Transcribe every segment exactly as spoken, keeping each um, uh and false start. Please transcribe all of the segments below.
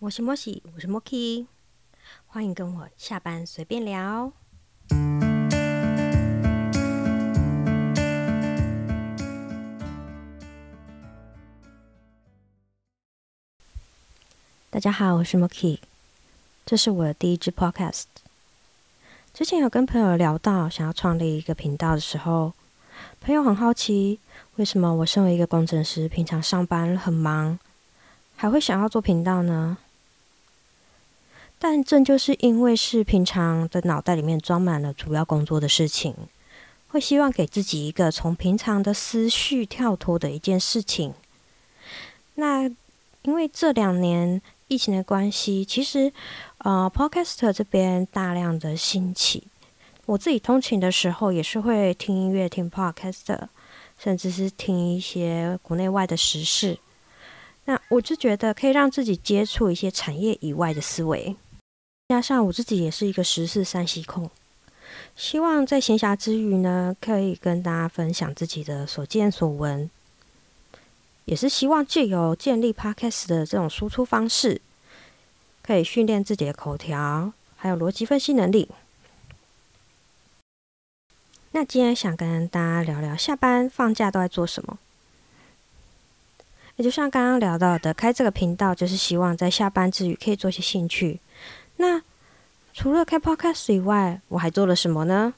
我是莫西，我是莫 key， 欢迎跟我下班随便聊。大家好，我是莫 key， 这是我的第一支 podcast。之前有跟朋友聊到想要创立一个频道的时候，朋友很好奇，为什么我身为一个工程师，平常上班很忙，还会想要做频道呢？但正就是因为是平常的脑袋里面装满了主要工作的事情，会希望给自己一个从平常的思绪跳脱的一件事情。那因为这两年疫情的关系，其实呃 Podcast 这边大量的兴起，我自己通勤的时候也是会听音乐、听 Podcast， 甚至是听一些国内外的时事。那我就觉得可以让自己接触一些产业以外的思维，加上我自己也是一个时事三析控，希望在闲暇之余呢，可以跟大家分享自己的所见所闻，也是希望借由建立 Podcast 的这种输出方式，可以训练自己的口条，还有逻辑分析能力。那今天想跟大家聊聊下班放假都在做什么。也就像刚刚聊到的，开这个频道就是希望在下班之余可以做些兴趣。那除了开 podcast 以外，我还做了什么呢？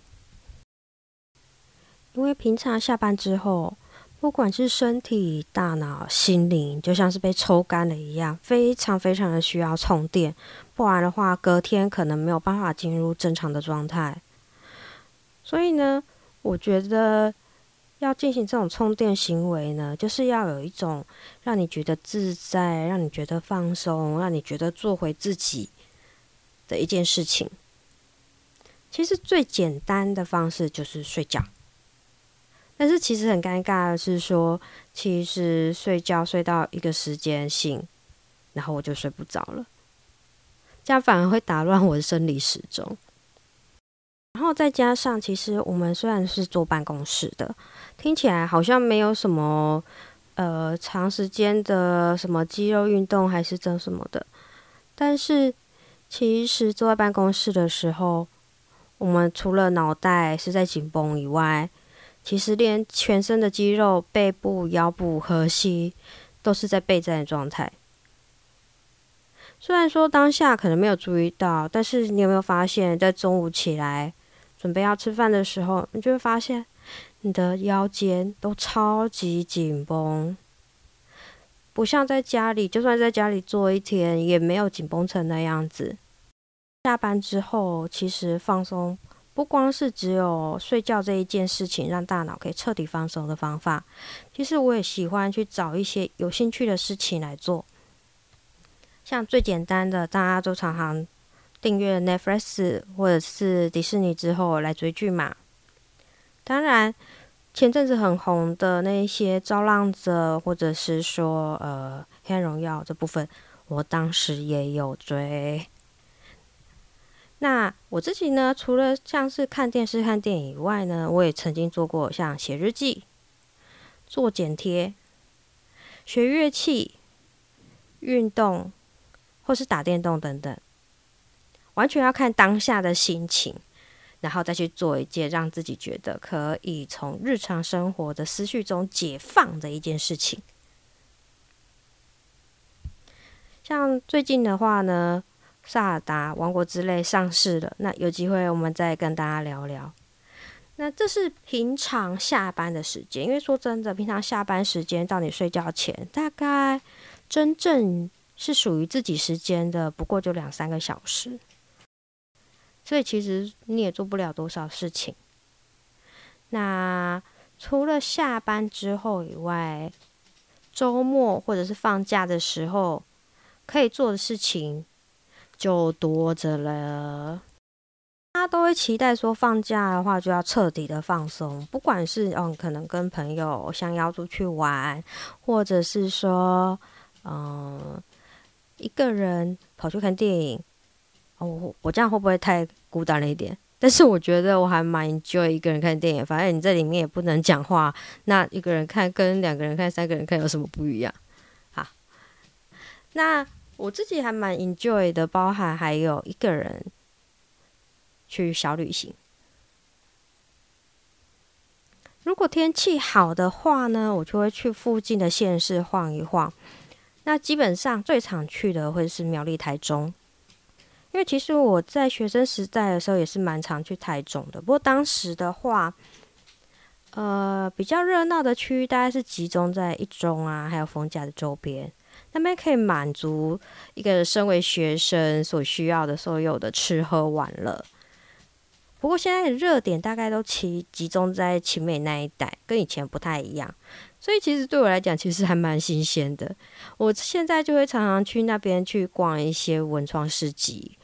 因为平常下班之后，不管是身体、大脑、心灵，就像是被抽干了一样，非常非常的需要充电，不然的话，隔天可能没有办法进入正常的状态。所以呢，我觉得要进行这种充电行为呢，就是要有一种让你觉得自在、让你觉得放松、让你觉得做回自己的一件事情。其实最简单的方式就是睡觉，但是其实很尴尬的是说，其实睡觉睡到一个时间醒，然后我就睡不着了，这样反而会打乱我的生理时钟。然后再加上，其实我们虽然是坐办公室的，听起来好像没有什么呃长时间的什么肌肉运动还是这什么的，但是其实坐在办公室的时候，我们除了脑袋是在紧绷以外，其实连全身的肌肉、背部、腰部、核心都是在备战的状态。虽然说当下可能没有注意到，但是你有没有发现，在中午起来准备要吃饭的时候，你就会发现你的腰间都超级紧绷，不像在家里，就算在家里坐一天，也没有紧绷成那样子。下班之后，其实放松不光是只有睡觉这一件事情，让大脑可以彻底放松的方法。其实我也喜欢去找一些有兴趣的事情来做，像最简单的，大家都常常订阅 Netflix 或者是迪士尼之后来追剧嘛。当然，前阵子很红的那一些《造浪者》，或者是说呃《黑暗荣耀》这部分，我当时也有追。那我自己呢，除了像是看电视、看电影以外呢，我也曾经做过像写日记、做剪贴、学乐器、运动，或是打电动等等，完全要看当下的心情，然后再去做一件让自己觉得可以从日常生活的思绪中解放的一件事情。像最近的话呢，萨尔达王国之泪上市了，那有机会我们再跟大家聊聊。那这是平常下班的时间，因为说真的，平常下班时间到你睡觉前，大概真正是属于自己时间的，不过就两三个小时，所以其实你也做不了多少事情。那除了下班之后以外，周末或者是放假的时候可以做的事情就多着了。大家都会期待说放假的话就要彻底的放松，不管是嗯可能跟朋友相邀出去玩，或者是说嗯一个人跑去看电影。哦，我我这样会不会太孤单了一点？但是我觉得我还蛮 enjoy 一个人看电影，反正你在里面也不能讲话，那一个人看跟两个人看、三个人看有什么不一样？好，那我自己还蛮 enjoy 的，包含还有一个人去小旅行。如果天气好的话呢，我就会去附近的县市晃一晃。那基本上最常去的会是苗栗、台中，因为其实我在学生时代的时候也是蛮常去台中的。不过当时的话，呃，比较热闹的区域大概是集中在一中啊，还有逢甲的周边，那边可以满足一个身为学生所需要的所有的吃喝玩乐。不过现在的热点大概都集集中在奇美那一带，跟以前不太一样，所以其实对我来讲，其实还蛮新鲜的。我现在就会常常去那边去逛一些文创市集，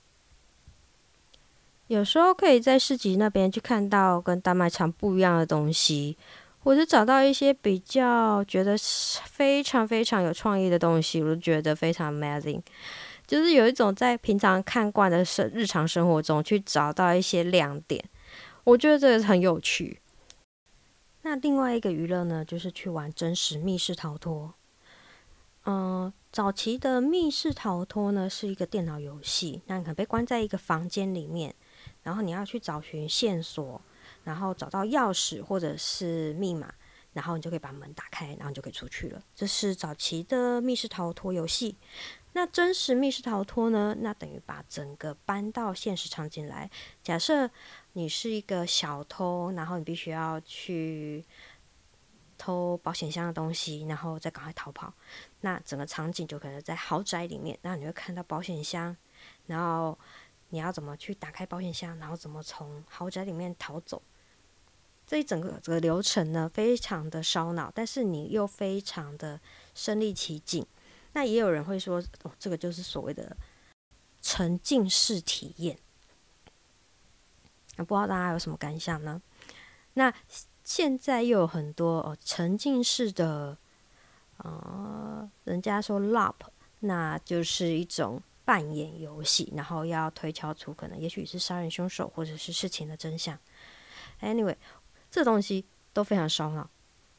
有时候可以在市集那边去看到跟大卖场不一样的东西，或者找到一些比较觉得非常非常有创意的东西，我就觉得非常 amazing。就是有一种在平常看惯的生日常生活中去找到一些亮点，我觉得这个很有趣。那另外一个娱乐呢，就是去玩真实密室逃脱。嗯、呃，早期的密室逃脱呢是一个电脑游戏，那你可能被关在一个房间里面，然后你要去找寻线索，然后找到钥匙或者是密码，然后你就可以把门打开，然后你就可以出去了。这是早期的密室逃脱游戏。那真实密室逃脱呢？那等于把整个搬到现实场景来。假设你是一个小偷，然后你必须要去偷保险箱的东西，然后再赶快逃跑。那整个场景就可能在豪宅里面，然后你会看到保险箱，然后你要怎么去打开保险箱，然后怎么从豪宅里面逃走。这一整个这个流程呢，非常的烧脑，但是你又非常的身临其境。那也有人会说，哦，这个就是所谓的沉浸式体验。那不知道大家有什么感想呢？那现在又有很多哦沉浸式的，呃，人家说 L A P， 那就是一种扮演游戏，然后要推敲出可能也许是杀人凶手或者是事情的真相。Anyway，这东西都非常烧脑。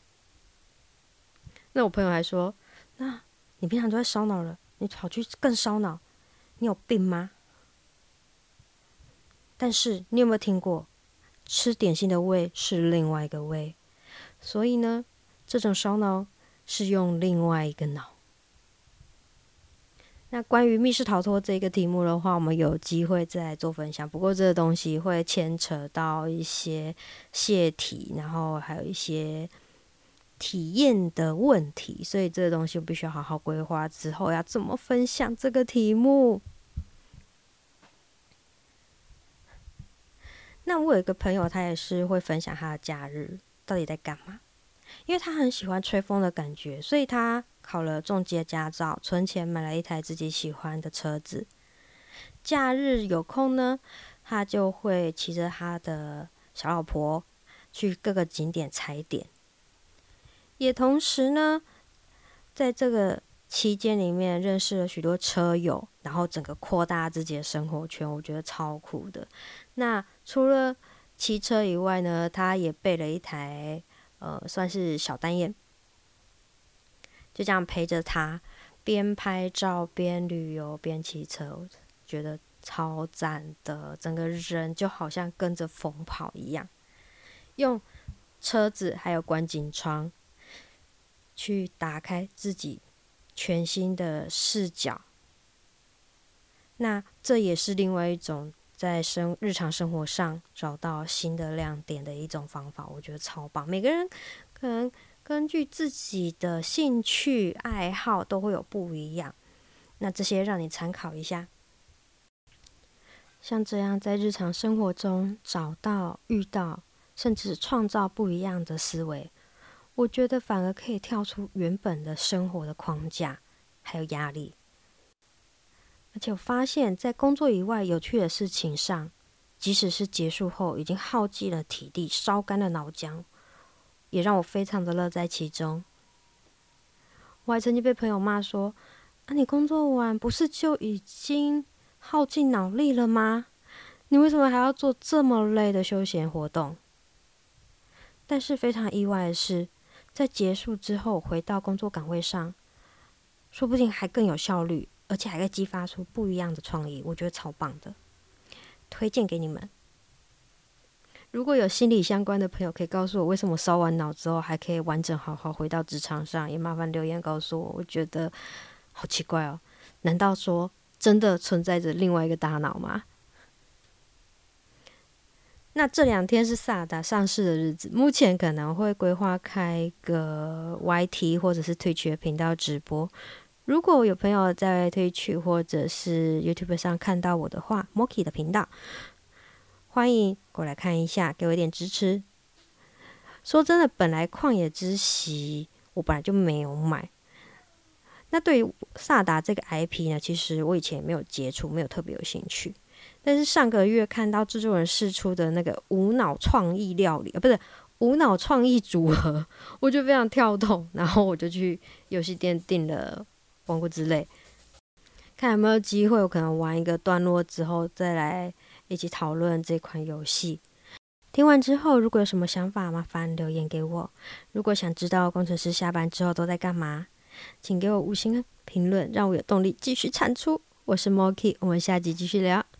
那我朋友还说，那你平常都在烧脑了，你跑去更烧脑，你有病吗？但是你有没有听过，吃点心的胃是另外一个胃，所以呢，这种烧脑是用另外一个脑。那关于密室逃脱这个题目的话，我们有机会再来做分享。不过这个东西会牵扯到一些泄题，然后还有一些体验的问题，所以这个东西我必须要好好规划之后要怎么分享这个题目。那我有一个朋友，他也是会分享他的假日到底在干嘛，因为他很喜欢吹风的感觉，所以他考了重机驾照，存钱买了一台自己喜欢的车子。假日有空呢，他就会骑着他的小老婆去各个景点踩点，也同时呢，在这个期间里面认识了许多车友，然后整个扩大自己的生活圈，我觉得超酷的。那除了骑车以外呢，他也备了一台呃，算是小单眼，就这样陪着他，边拍照边旅游边骑车，我觉得超赞的，整个人就好像跟着风跑一样，用车子还有观景窗去打开自己全新的视角。那这也是另外一种在生日常生活上找到新的亮点的一种方法，我觉得超棒。每个人可能根据自己的兴趣爱好都会有不一样，那这些让你参考一下。像这样在日常生活中找到、遇到，甚至创造不一样的思维，我觉得反而可以跳出原本的生活的框架还有压力。而且我发现在工作以外有趣的事情上，即使是结束后已经耗尽了体力、烧干了脑浆，也让我非常的乐在其中。我还曾经被朋友骂说，啊，你工作完不是就已经耗尽脑力了吗？你为什么还要做这么累的休闲活动？但是非常意外的是，在结束之后回到工作岗位上，说不定还更有效率， 而且还可以激发出不一样的创意，我觉得超棒的，推荐给你们。如果有心理相关的朋友，可以告诉我为什么烧完脑之后还可以完整好好回到职场上，也麻烦留言告诉我。我觉得好奇怪哦，难道说真的存在着另外一个大脑吗？那这两天是萨达上市的日子，目前可能会规划开个 Y T 或者是 Twitch 的频道直播。如果有朋友在 Twitch 或者是 YouTube 上看到我的话 Moki 的频道，欢迎过来看一下，给我一点支持。说真的，本来旷野之息我本来就没有买。那对于萨达这个 I P 呢，其实我以前也没有接触，没有特别有兴趣。但是上个月看到制作人释出的那个无脑创意料理，啊，不是无脑创意组合，我就非常跳动，然后我就去游戏店订了《王国之泪》，看有没有机会，我可能玩一个段落之后再来一起讨论这款游戏。听完之后，如果有什么想法，麻烦留言给我。如果想知道工程师下班之后都在干嘛，请给我五星评论，让我有动力继续产出。我是 Moki， 我们下集继续聊。